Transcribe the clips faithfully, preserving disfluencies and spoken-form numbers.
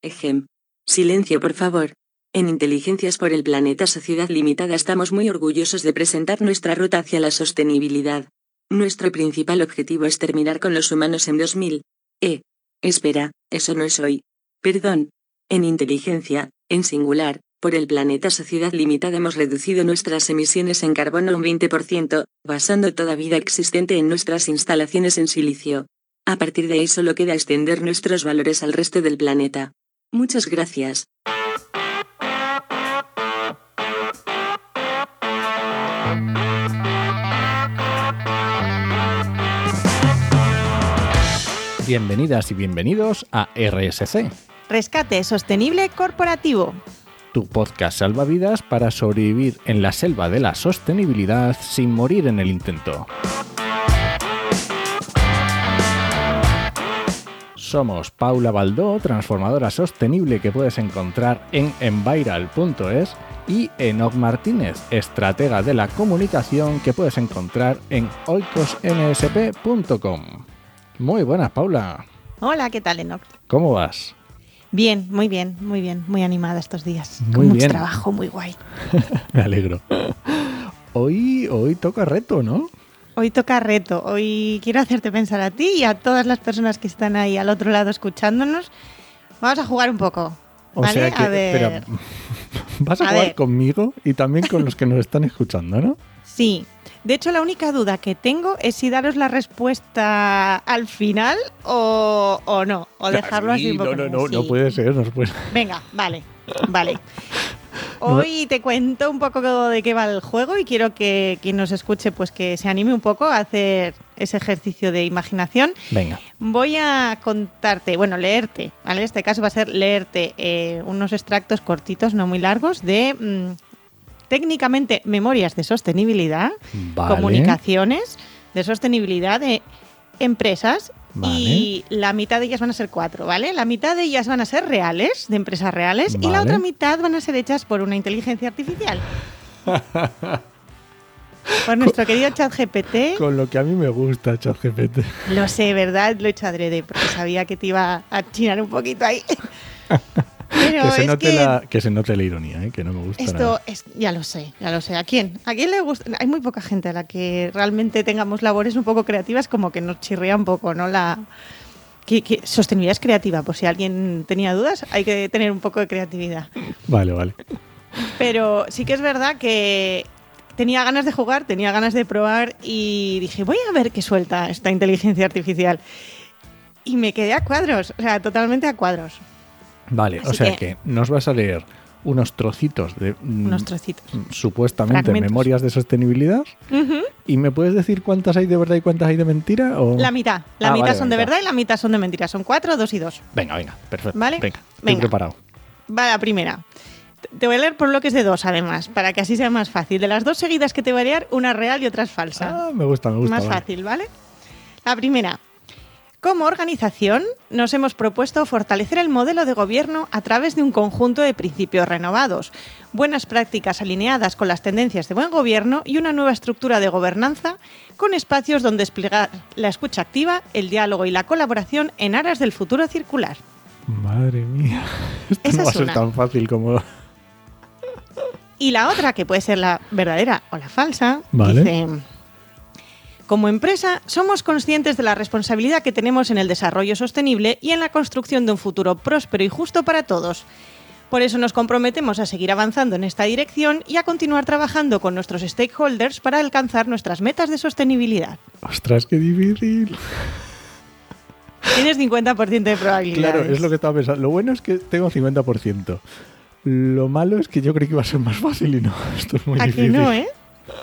Ejem. Silencio, por favor. En Inteligencias por el Planeta Sociedad Limitada estamos muy orgullosos de presentar nuestra ruta hacia la sostenibilidad. Nuestro principal objetivo es terminar con los humanos en dos mil. Eh. Espera, eso no es hoy. Perdón. En Inteligencia, en singular, por el Planeta Sociedad Limitada hemos reducido nuestras emisiones en carbono un veinte por ciento, basando toda vida existente en nuestras instalaciones en silicio. A partir de ahí solo queda extender nuestros valores al resto del planeta. Muchas gracias. Bienvenidas y bienvenidos a R S C. Rescate Sostenible Corporativo. Tu podcast salvavidas para sobrevivir en la selva de la sostenibilidad sin morir en el intento. Somos Paula Baldó, transformadora sostenible que puedes encontrar en enviral punto es, y Enoc Martínez, estratega de la comunicación que puedes encontrar en oikos m s p punto com. Muy buenas, Paula. Hola, ¿qué tal, Enoc? ¿Cómo vas? Bien, muy bien, muy bien, muy animada estos días. Muy Con bien. mucho trabajo, muy guay. Me alegro. Hoy, hoy toca reto, ¿no? Hoy toca reto. Hoy quiero hacerte pensar a ti y a todas las personas que están ahí al otro lado escuchándonos. Vamos a jugar un poco. O ¿Vale? sea que, a ver. espera, vas a, A jugar ver. conmigo y también con los que nos están escuchando, ¿no? Sí. De hecho, la única duda que tengo es si daros la respuesta al final o, o no. O dejarlo así un poco. No, no, no, Sí. no puede ser, no puede. Venga, vale, vale. Hoy te cuento un poco de qué va el juego y quiero que quien nos escuche pues que se anime un poco a hacer ese ejercicio de imaginación. Venga. Voy a contarte, bueno, leerte, ¿vale? En este caso va a ser leerte eh, unos extractos cortitos, no muy largos, de mmm, técnicamente memorias de sostenibilidad, Vale. comunicaciones de sostenibilidad de empresas. Vale. Y la mitad de ellas van a ser cuatro, ¿vale? La mitad de ellas van a ser reales, de empresas reales, y la Vale. otra mitad van a ser hechas por una inteligencia artificial. Por nuestro querido ChatGPT. Con lo que a mí me gusta, ChatGPT. Lo sé, ¿verdad? Lo he hecho adrede, porque sabía que te iba a chinar un poquito ahí. Pero que, se es note que la, que se note la ironía, ¿eh? Que no me gusta esto nada. es, ya lo sé, ya lo sé. ¿A quién? ¿A quién le gusta? Hay muy poca gente a la que realmente tengamos labores un poco creativas, como que nos chirría un poco, ¿no? La que, que sostenibilidad es creativa, por si alguien tenía dudas, hay que tener un poco de creatividad. Vale, vale. Pero sí que es verdad que tenía ganas de jugar, tenía ganas de probar y dije, voy a ver qué suelta esta inteligencia artificial. Y me quedé a cuadros, o sea, totalmente a cuadros. Vale, Así o sea que- que... nos vas a leer unos trocitos de mm, Unos trocitos. supuestamente Fragmentos. memorias de sostenibilidad. Ujú. ¿Y me puedes decir cuántas hay de verdad y cuántas hay de mentira? O... La mitad. La Ah, mitad vale, son la de mitad. verdad y la mitad son de mentira. Son cuatro, dos y dos. Venga, venga, perfecto. ¿Vale? Venga, estoy Venga. preparado. Va la primera. Te voy a leer por bloques de dos, además, para que así sea más fácil. De las dos seguidas que te voy a leer, una es real y otra es falsa. Ah, me gusta, me gusta. Más vale. fácil, ¿vale? La primera. Como organización, nos hemos propuesto fortalecer el modelo de gobierno a través de un conjunto de principios renovados, buenas prácticas alineadas con las tendencias de buen gobierno y una nueva estructura de gobernanza con espacios donde desplegar la escucha activa, el diálogo y la colaboración en aras del futuro circular. Madre mía. Esto Esa no va a es ser una. tan fácil como... Y la otra, que puede ser la verdadera o la falsa, Vale. dice: como empresa, somos conscientes de la responsabilidad que tenemos en el desarrollo sostenible y en la construcción de un futuro próspero y justo para todos. Por eso nos comprometemos a seguir avanzando en esta dirección y a continuar trabajando con nuestros stakeholders para alcanzar nuestras metas de sostenibilidad. Ostras, qué difícil. Tienes cincuenta por ciento de probabilidades. Claro, es lo que estaba pensando. Lo bueno es que tengo cincuenta por ciento. Lo malo es que yo creí que iba a ser más fácil y no. Esto es muy ¿A que difícil. no, eh?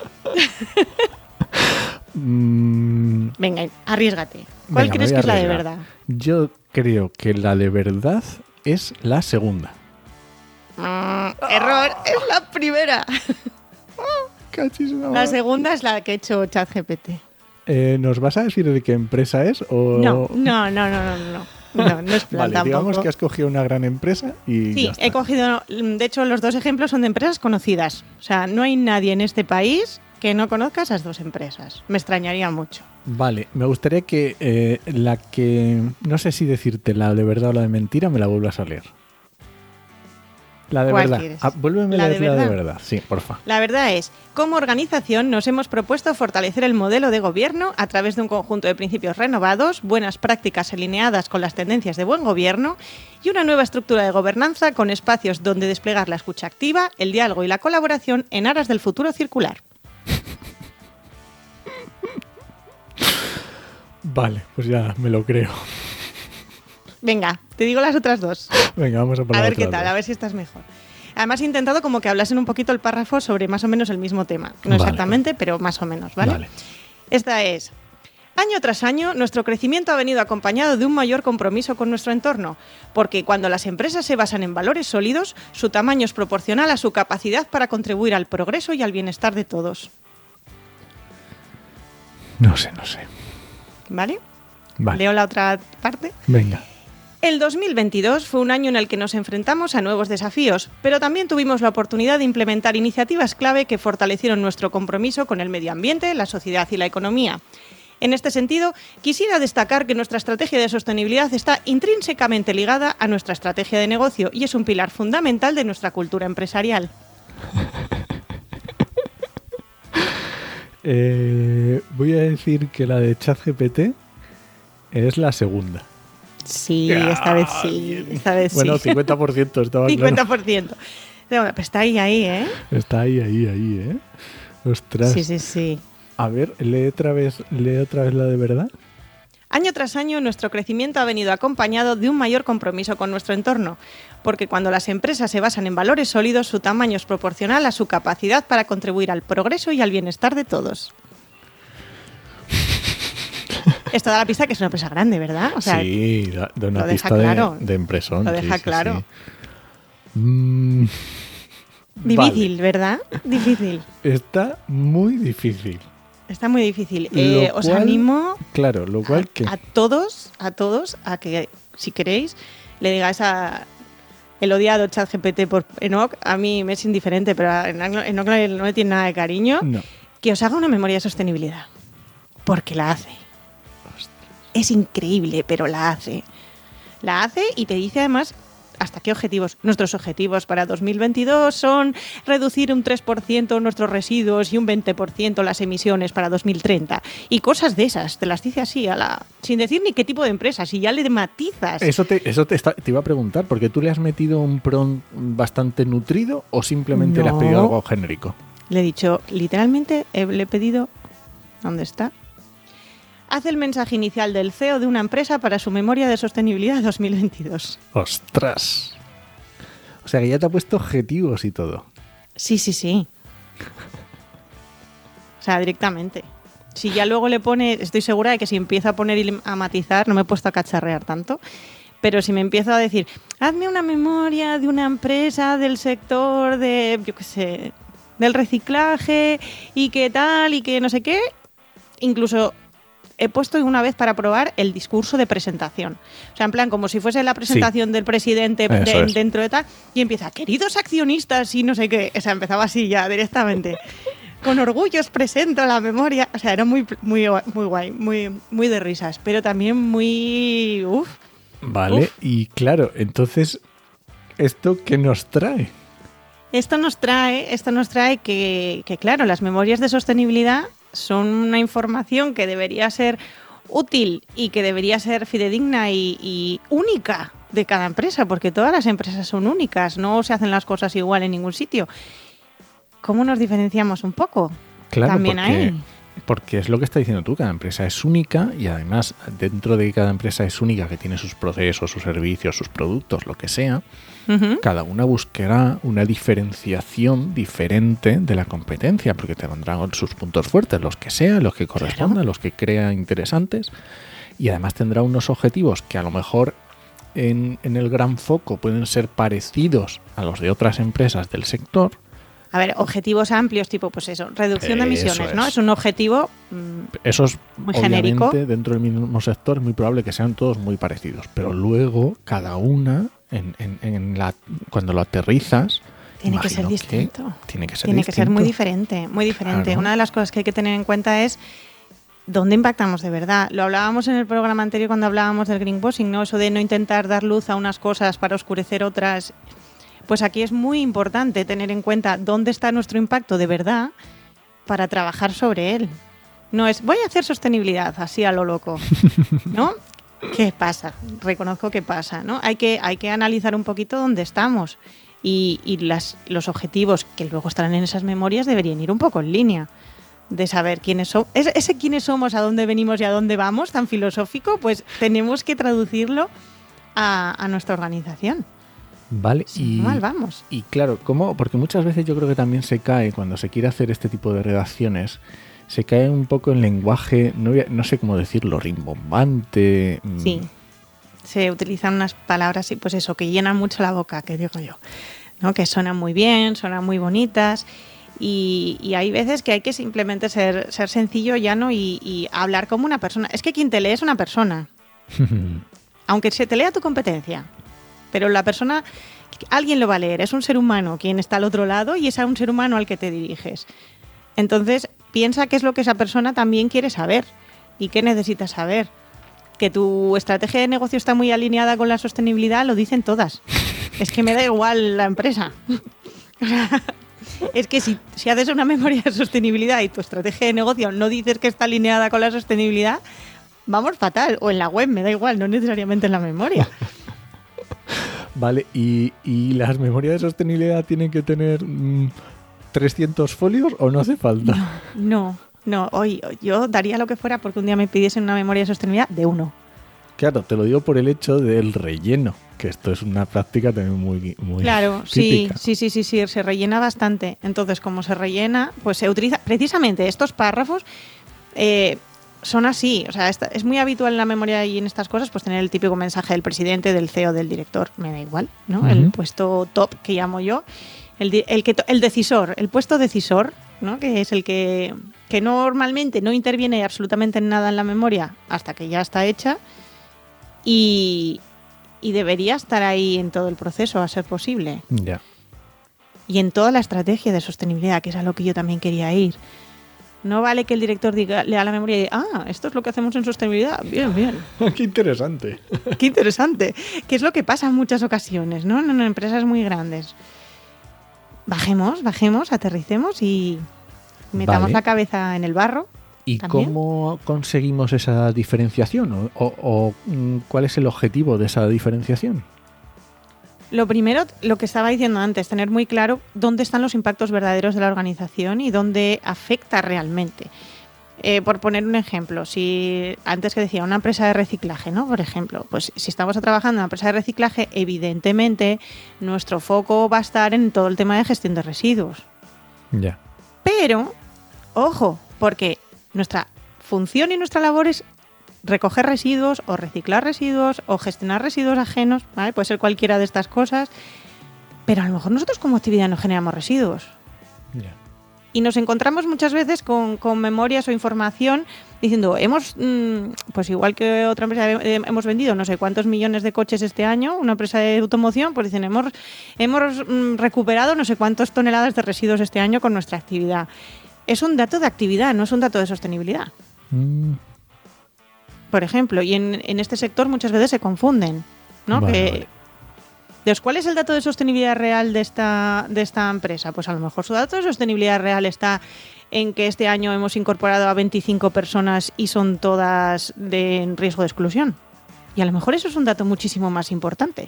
Mm, Venga, arriésgate. ¿Cuál venga, me crees voy que a es la de arriesgar. verdad? Yo creo que la de verdad es la segunda. Mm, error, es la primera. Cachis una La madre. segunda es la que ha hecho ChatGPT. Eh, ¿Nos vas a decir de qué empresa es? O... No, no, no, no, no, no. No, no es plan Vale, digamos tampoco. que has cogido una gran empresa y Sí, ya está. he cogido, de hecho los dos ejemplos son de empresas conocidas. O sea, no hay nadie en este país que no conozca esas dos empresas. Me extrañaría mucho. Vale, me gustaría que eh, la que... No sé si decirte la de verdad o la de mentira, me la vuelvas a leer. La de ¿Cuál verdad. quieres? Ah, vuélveme ¿La a de leer la de verdad? verdad. Sí, porfa. La verdad es, como organización nos hemos propuesto fortalecer el modelo de gobierno a través de un conjunto de principios renovados, buenas prácticas alineadas con las tendencias de buen gobierno y una nueva estructura de gobernanza con espacios donde desplegar la escucha activa, el diálogo y la colaboración en aras del futuro circular. Vale, pues ya me lo creo. Venga, te digo las otras dos. Venga, vamos a por A la ver otra qué tal, dos. a ver si estás mejor. Además he intentado como que hablasen un poquito el párrafo sobre más o menos el mismo tema. No Vale. exactamente, pero más o menos, ¿vale? Vale. Esta es: año tras año, nuestro crecimiento ha venido acompañado de un mayor compromiso con nuestro entorno, porque cuando las empresas se basan en valores sólidos, su tamaño es proporcional a su capacidad para contribuir al progreso y al bienestar de todos. No sé, no sé. ¿Vale? Vale. Leo la otra parte. Venga. El dos mil veintidós fue un año en el que nos enfrentamos a nuevos desafíos, pero también tuvimos la oportunidad de implementar iniciativas clave que fortalecieron nuestro compromiso con el medio ambiente, la sociedad y la economía. En este sentido, quisiera destacar que nuestra estrategia de sostenibilidad está intrínsecamente ligada a nuestra estrategia de negocio y es un pilar fundamental de nuestra cultura empresarial. Eh, voy a decir que la de ChatGPT es la segunda. Sí, esta vez sí, esta vez Bueno, sí. cincuenta por ciento estaba cincuenta claro. por ciento. Pero está ahí, ahí, ¿eh? Está ahí, ahí, ahí, ¿eh? Ostras. Sí, sí, sí. A ver, lee otra vez, lee otra vez la de verdad. Año tras año, nuestro crecimiento ha venido acompañado de un mayor compromiso con nuestro entorno, porque cuando las empresas se basan en valores sólidos, su tamaño es proporcional a su capacidad para contribuir al progreso y al bienestar de todos. Esto da la pista que es una empresa grande, ¿verdad? O sea, sí, da, da una lo deja pista claro. de, de empresón. Lo sí, deja sí, claro. sí. Mm, difícil, vale. ¿verdad? Difícil. Está muy difícil. Está muy difícil. Lo Eh, os cual- animo Claro, lo cual que... a, a todos, a todos, a que, si queréis, le digáis a el odiado ChatGPT por Enoch. A mí me es indiferente, pero a Enoch Enoch no le tiene nada de cariño. No. Que os haga una memoria de sostenibilidad. Porque la hace. Es increíble, pero la hace. La hace y te dice además hasta qué objetivos. Nuestros objetivos para dos mil veintidós son reducir un tres por ciento nuestros residuos y un veinte por ciento las emisiones para dos mil treinta. Y cosas de esas, te las dice así, a la, sin decir ni qué tipo de empresas, y ya le matizas. Eso te, eso te, está- te iba a preguntar, porque tú le has metido un prompt bastante nutrido o simplemente le has No. pedido algo genérico. Le he dicho, literalmente, he- le he pedido... ¿Dónde está? Haz el mensaje inicial del C E O de una empresa para su memoria de sostenibilidad dos mil veintidós. ¡Ostras! O sea que ya te ha puesto objetivos y todo. Sí, sí, sí. O sea, directamente. Si ya luego le pone, estoy segura de que si empieza a poner y a matizar, no me he puesto a cacharrear tanto, pero si me empiezo a decir, hazme una memoria de una empresa del sector de, yo qué sé, del reciclaje y qué tal y qué no sé qué, incluso he puesto una vez para probar el discurso de presentación. O sea, en plan, como si fuese la presentación del presidente de- Eso es. dentro de tal, y empieza, queridos accionistas y no sé qué. O sea, empezaba así ya directamente. Con orgullo os presento la memoria. O sea, era muy, muy, muy guay, muy, muy de risas, pero también muy... Uf. Vale, Uf. y claro, entonces, ¿esto qué nos trae? Esto nos trae, esto nos trae que, que, claro, las memorias de sostenibilidad son una información que debería ser útil y que debería ser fidedigna y, y única de cada empresa, porque todas las empresas son únicas, no se hacen las cosas igual en ningún sitio. ¿Cómo nos diferenciamos un poco? Claro, También porque, hay. porque es lo que está diciendo tú, cada empresa es única y además dentro de cada empresa es única que tiene sus procesos, sus servicios, sus productos, lo que sea, Ujú. cada una buscará una diferenciación diferente de la competencia, porque tendrán sus puntos fuertes, los que sean, los que correspondan, los que crea interesantes, y además tendrá unos objetivos que a lo mejor en, en el gran foco pueden ser parecidos a los de otras empresas del sector. A ver, objetivos amplios, tipo, pues eso, reducción de Eso emisiones, ¿no? es. Es un objetivo mm, Eso es, Muy obviamente, genérico. dentro del mismo sector es muy probable que sean todos muy parecidos, pero luego cada una, en, en- en la, cuando lo aterrizas, Tiene que ser imagino distinto. Tiene que ser Tiene que ser muy distinto. diferente, muy diferente. Claro. Una de las cosas que hay que tener en cuenta es dónde impactamos de verdad. Lo hablábamos en el programa anterior cuando hablábamos del greenwashing, ¿no? Eso de no intentar dar luz a unas cosas para oscurecer otras. Pues aquí es muy importante tener en cuenta dónde está nuestro impacto de verdad para trabajar sobre él. No es, voy a hacer sostenibilidad así a lo loco, ¿no? ¿Qué pasa? Reconozco que pasa, ¿no? Hay que, hay que analizar un poquito dónde estamos y, y las, los objetivos que luego estarán en esas memorias deberían ir un poco en línea de saber quiénes somos. Ese, ese quiénes somos, a dónde venimos y a dónde vamos, tan filosófico, pues tenemos que traducirlo a, a nuestra organización. Vale, Sí, y, mal vamos. y claro, ¿cómo? Porque muchas veces yo creo que también se cae, cuando se quiere hacer este tipo de redacciones, se cae un poco en lenguaje, no, voy a- no sé cómo decirlo, rimbombante. mm, Sí, se utilizan unas palabras, y pues eso, que llenan mucho la boca, que digo yo, ¿no? Que suenan muy bien, suenan muy bonitas. Y, y hay veces que hay que simplemente ser, ser sencillo, llano y, y hablar como una persona. Es que quien te lee es una persona, aunque se te lea tu competencia. Pero la persona, alguien lo va a leer, es un ser humano quien está al otro lado y es a un ser humano al que te diriges. Entonces, piensa qué es lo que esa persona también quiere saber y qué necesita saber. Que tu estrategia de negocio está muy alineada con la sostenibilidad, lo dicen todas. Es que me da igual la empresa. Es que si, si haces una memoria de sostenibilidad y tu estrategia de negocio no dices que está alineada con la sostenibilidad, vamos fatal. O en la web, me da igual, no necesariamente en la memoria. Vale, y, y las memorias de sostenibilidad tienen que tener mm, trescientos folios o no hace falta. No, no. Hoy yo daría lo que fuera porque un día me pidiesen una memoria de sostenibilidad de uno. Claro, te lo digo por el hecho del relleno, que esto es una práctica también muy, muy Claro, sí, típica. sí, sí, sí, sí, se rellena bastante. Entonces, como se rellena, pues se utiliza precisamente estos párrafos. Eh, son así, o sea, esta- es muy habitual en la memoria y en estas cosas, pues tener el típico mensaje del presidente, del C E O, del director, me da igual, ¿no? Ujú. El puesto top que llamo yo, el, di- el, que to- el decisor, el puesto decisor, ¿no? Que es el que, que normalmente no interviene absolutamente en nada en la memoria hasta que ya está hecha y, y debería estar ahí en todo el proceso, a ser posible. Ya. Y en toda la estrategia de sostenibilidad, que es a lo que yo también quería ir. No vale que el director diga, lea la memoria y diga, ah, esto es lo que hacemos en sostenibilidad. Bien, bien. Qué interesante. Qué interesante. Que es lo que pasa en muchas ocasiones, ¿no? En empresas muy grandes. Bajemos, bajemos, aterricemos y metamos Vale. la cabeza en el barro. ¿Y ¿También? cómo conseguimos esa diferenciación? ¿O, o- o, mm, cuál es el objetivo de esa diferenciación? Lo primero, lo que estaba diciendo antes, tener muy claro dónde están los impactos verdaderos de la organización y dónde afecta realmente. Eh, por poner un ejemplo, si antes que decía una empresa de reciclaje, ¿no? Por ejemplo, pues si estamos trabajando en una empresa de reciclaje, evidentemente nuestro foco va a estar en todo el tema de gestión de residuos. Ya. Pero, ojo, porque nuestra función y nuestra labor es recoger residuos o reciclar residuos o gestionar residuos ajenos, ¿vale? Puede ser cualquiera de estas cosas, pero a lo mejor nosotros como actividad no generamos residuos. Ya. Y nos encontramos muchas veces con, con memorias o información diciendo, hemos, mm, pues igual que otra empresa, eh, hemos vendido no sé cuántos millones de coches este año, una empresa de automoción, pues dicen, hemos, hemos mm, recuperado no sé cuántas toneladas de residuos este año con nuestra actividad. Es un dato de actividad, no es un dato de sostenibilidad, Mm, por ejemplo. Y en, en este sector muchas veces se confunden, ¿no? Vale, Que- vale. Entonces, ¿cuál es el dato de sostenibilidad real de esta, de esta empresa? Pues a lo mejor su dato de sostenibilidad real está en que este año hemos incorporado a veinticinco personas y son todas de en riesgo de exclusión. Y a lo mejor eso es un dato muchísimo más importante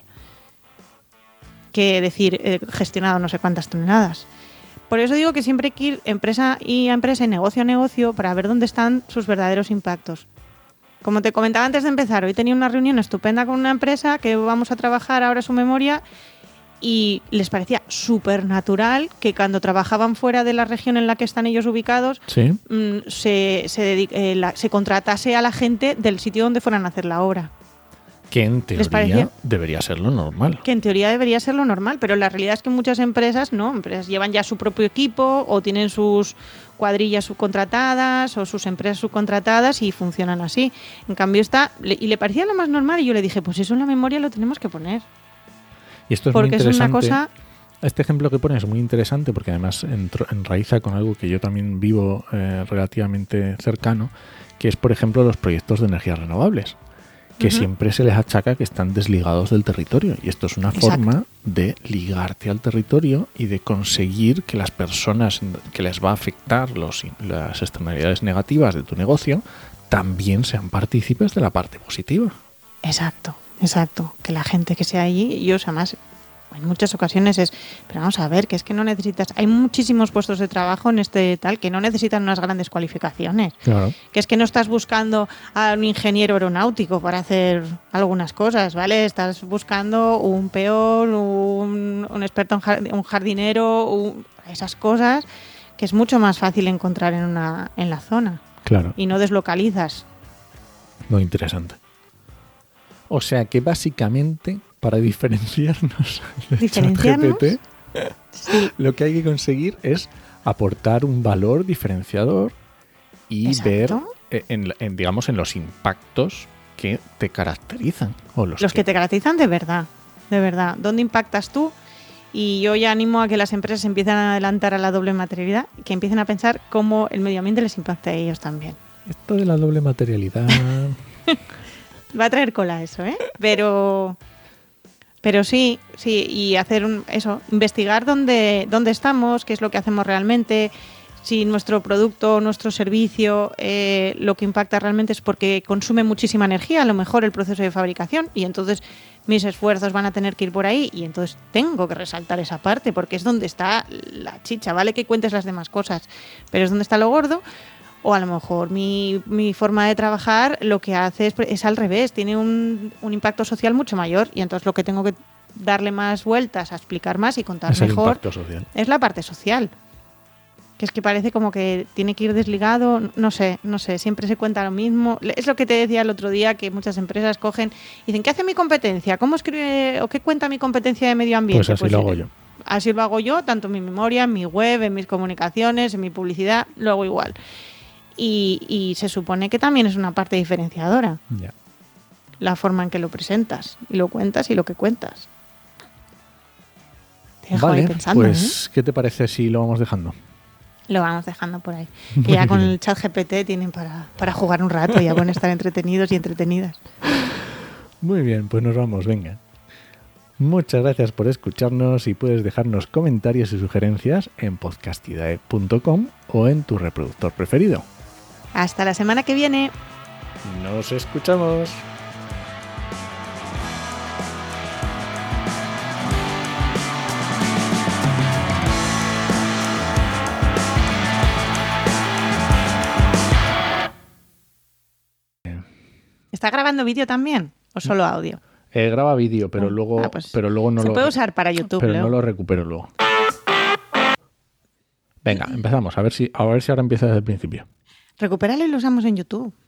que decir eh, gestionado no sé cuántas toneladas. Por eso digo que siempre hay que ir empresa y a empresa y negocio a negocio para ver dónde están sus verdaderos impactos. Como te comentaba antes de empezar, hoy tenía una reunión estupenda con una empresa que vamos a trabajar ahora su memoria y les parecía súper natural que cuando trabajaban fuera de la región en la que están ellos ubicados sí. mm, se, se, dedic- eh, la- se contratase a la gente del sitio donde fueran a hacer la obra. Que en ¿Les teoría parecía? debería ser lo normal. Que en teoría debería ser lo normal, pero la realidad es que muchas empresas no, empresas llevan ya su propio equipo o tienen sus cuadrillas subcontratadas o sus empresas subcontratadas y funcionan así. En cambio está, le- y le parecía lo más normal y yo le dije, pues eso en la memoria lo tenemos que poner. Y esto es Porque muy es una interesante. cosa, Este ejemplo que pones es muy interesante porque además entro- enraiza con algo que yo también vivo eh, relativamente cercano, que es, por ejemplo, los proyectos de energías renovables. que Uh-huh. siempre se les achaca que están desligados del territorio. Y esto es una Exacto. forma de ligarte al territorio y de conseguir que las personas que les va a afectar los, las externalidades negativas de tu negocio también sean partícipes de la parte positiva. Exacto, exacto. Que la gente que sea allí, yo, además, en muchas ocasiones es, pero vamos a ver, que es que no necesitas, hay muchísimos puestos de trabajo en este tal que no necesitan unas grandes cualificaciones. Claro. Que es que no estás buscando a un ingeniero aeronáutico para hacer algunas cosas, ¿vale? Estás buscando un peón, un, un experto en jard- un jardinero, un- esas cosas que es mucho más fácil encontrar en, una, en la zona Claro. y no deslocalizas. Muy interesante. O sea que básicamente, para diferenciarnos de ¿Diferenciarnos? ChatGPT, Sí, lo que hay que conseguir es aportar un valor diferenciador y Exacto. ver, eh, en, en, digamos, en los impactos que te caracterizan. O los, los que te caracterizan de verdad, de verdad. ¿Dónde impactas tú? Y yo ya animo a que las empresas empiecen a adelantar a la doble materialidad, que empiecen a pensar cómo el medio ambiente les impacta a ellos también. Esto de la doble materialidad... Va a traer cola eso, ¿eh? Pero, pero sí, sí, y hacer un, eso, investigar dónde, dónde estamos, qué es lo que hacemos realmente, si nuestro producto, nuestro servicio, eh, lo que impacta realmente es porque consume muchísima energía, a lo mejor el proceso de fabricación, y entonces mis esfuerzos van a tener que ir por ahí, y entonces tengo que resaltar esa parte, porque es donde está la chicha, ¿vale? Que cuentes las demás cosas, pero es donde está lo gordo. O a lo mejor mi, mi forma de trabajar lo que hace es, es al revés, tiene un, un impacto social mucho mayor y entonces lo que tengo que darle más vueltas a explicar más y contar es el mejor impacto social. es la parte social. Que es que parece como que tiene que ir desligado, no sé, no sé, siempre se cuenta lo mismo. Es lo que te decía el otro día, que muchas empresas cogen y dicen, ¿qué hace mi competencia? ¿Cómo escribe o qué cuenta mi competencia de medio ambiente? Pues así lo hago yo. Así lo hago yo, tanto en mi memoria, en mi web, en mis comunicaciones, en mi publicidad, lo hago igual. Y, y se supone que también es una parte diferenciadora, Ya. la forma en que lo presentas y lo cuentas y lo que cuentas. Te dejo Vale, ahí pensando, pues, ¿qué te parece si lo vamos dejando? ¿eh? Lo vamos dejando por ahí. Que ya con el chat G P T tienen para, para jugar un rato, ya pueden estar entretenidos y entretenidas. Muy bien, pues nos vamos, venga. Muchas gracias por escucharnos y puedes dejarnos comentarios y sugerencias en podcastidae punto com o en tu reproductor preferido. Hasta la semana que viene. Nos escuchamos. ¿Está grabando vídeo también o solo audio? Eh, graba vídeo, pero luego, Ah, pues pero luego no se lo puede usar para YouTube, pero Leo. no lo recupero luego. Venga, empezamos. A ver si, a ver si ahora empieza desde el principio. Recupéralo y lo usamos en YouTube.